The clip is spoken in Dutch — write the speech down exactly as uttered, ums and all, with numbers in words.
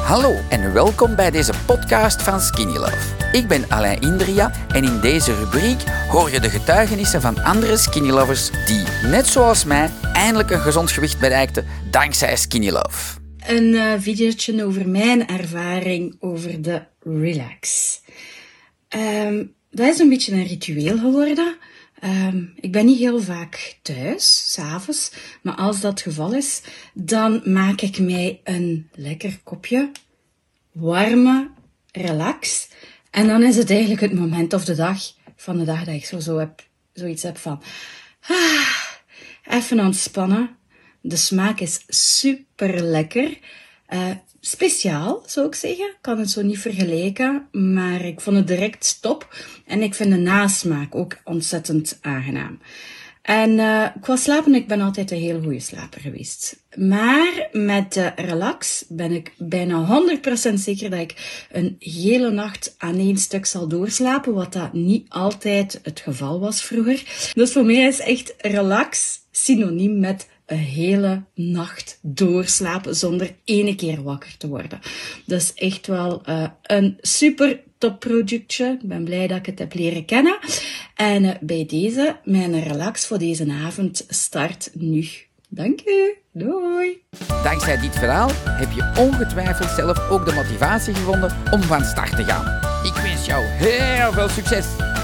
Hallo en welkom bij deze podcast van Skinny Love. Ik ben Alain Indria en in deze rubriek hoor je de getuigenissen van andere Skinny Lovers die, net zoals mij, eindelijk een gezond gewicht bereikten dankzij Skinny Love. Een uh, videootje over mijn ervaring over de relax. Um, dat is een beetje een ritueel geworden. Um, ik ben niet heel vaak thuis, 's avonds, maar als dat het geval is, dan maak ik mij een lekker kopje warme relax. En dan is het eigenlijk het moment of de dag van de dag dat ik zo, zo heb, zoiets heb van ah, even ontspannen. De smaak is super lekker. Uh, speciaal, zou ik zeggen. Ik kan het zo niet vergelijken, maar ik vond het direct top. En ik vind de nasmaak ook ontzettend aangenaam. En uh, qua slapen, ik ben altijd een heel goede slaper geweest. Maar met de relax ben ik bijna honderd procent zeker dat ik een hele nacht aan één stuk zal doorslapen, wat dat niet altijd het geval was vroeger. Dus voor mij is echt relax synoniem met een hele nacht doorslapen zonder ene keer wakker te worden. Dus echt wel uh, een super top productje. Ik ben blij dat ik het heb leren kennen. En uh, bij deze, mijn relax voor deze avond start nu. Dank u. Doei. Dankzij dit verhaal heb je ongetwijfeld zelf ook de motivatie gevonden om van start te gaan. Ik wens jou heel veel succes.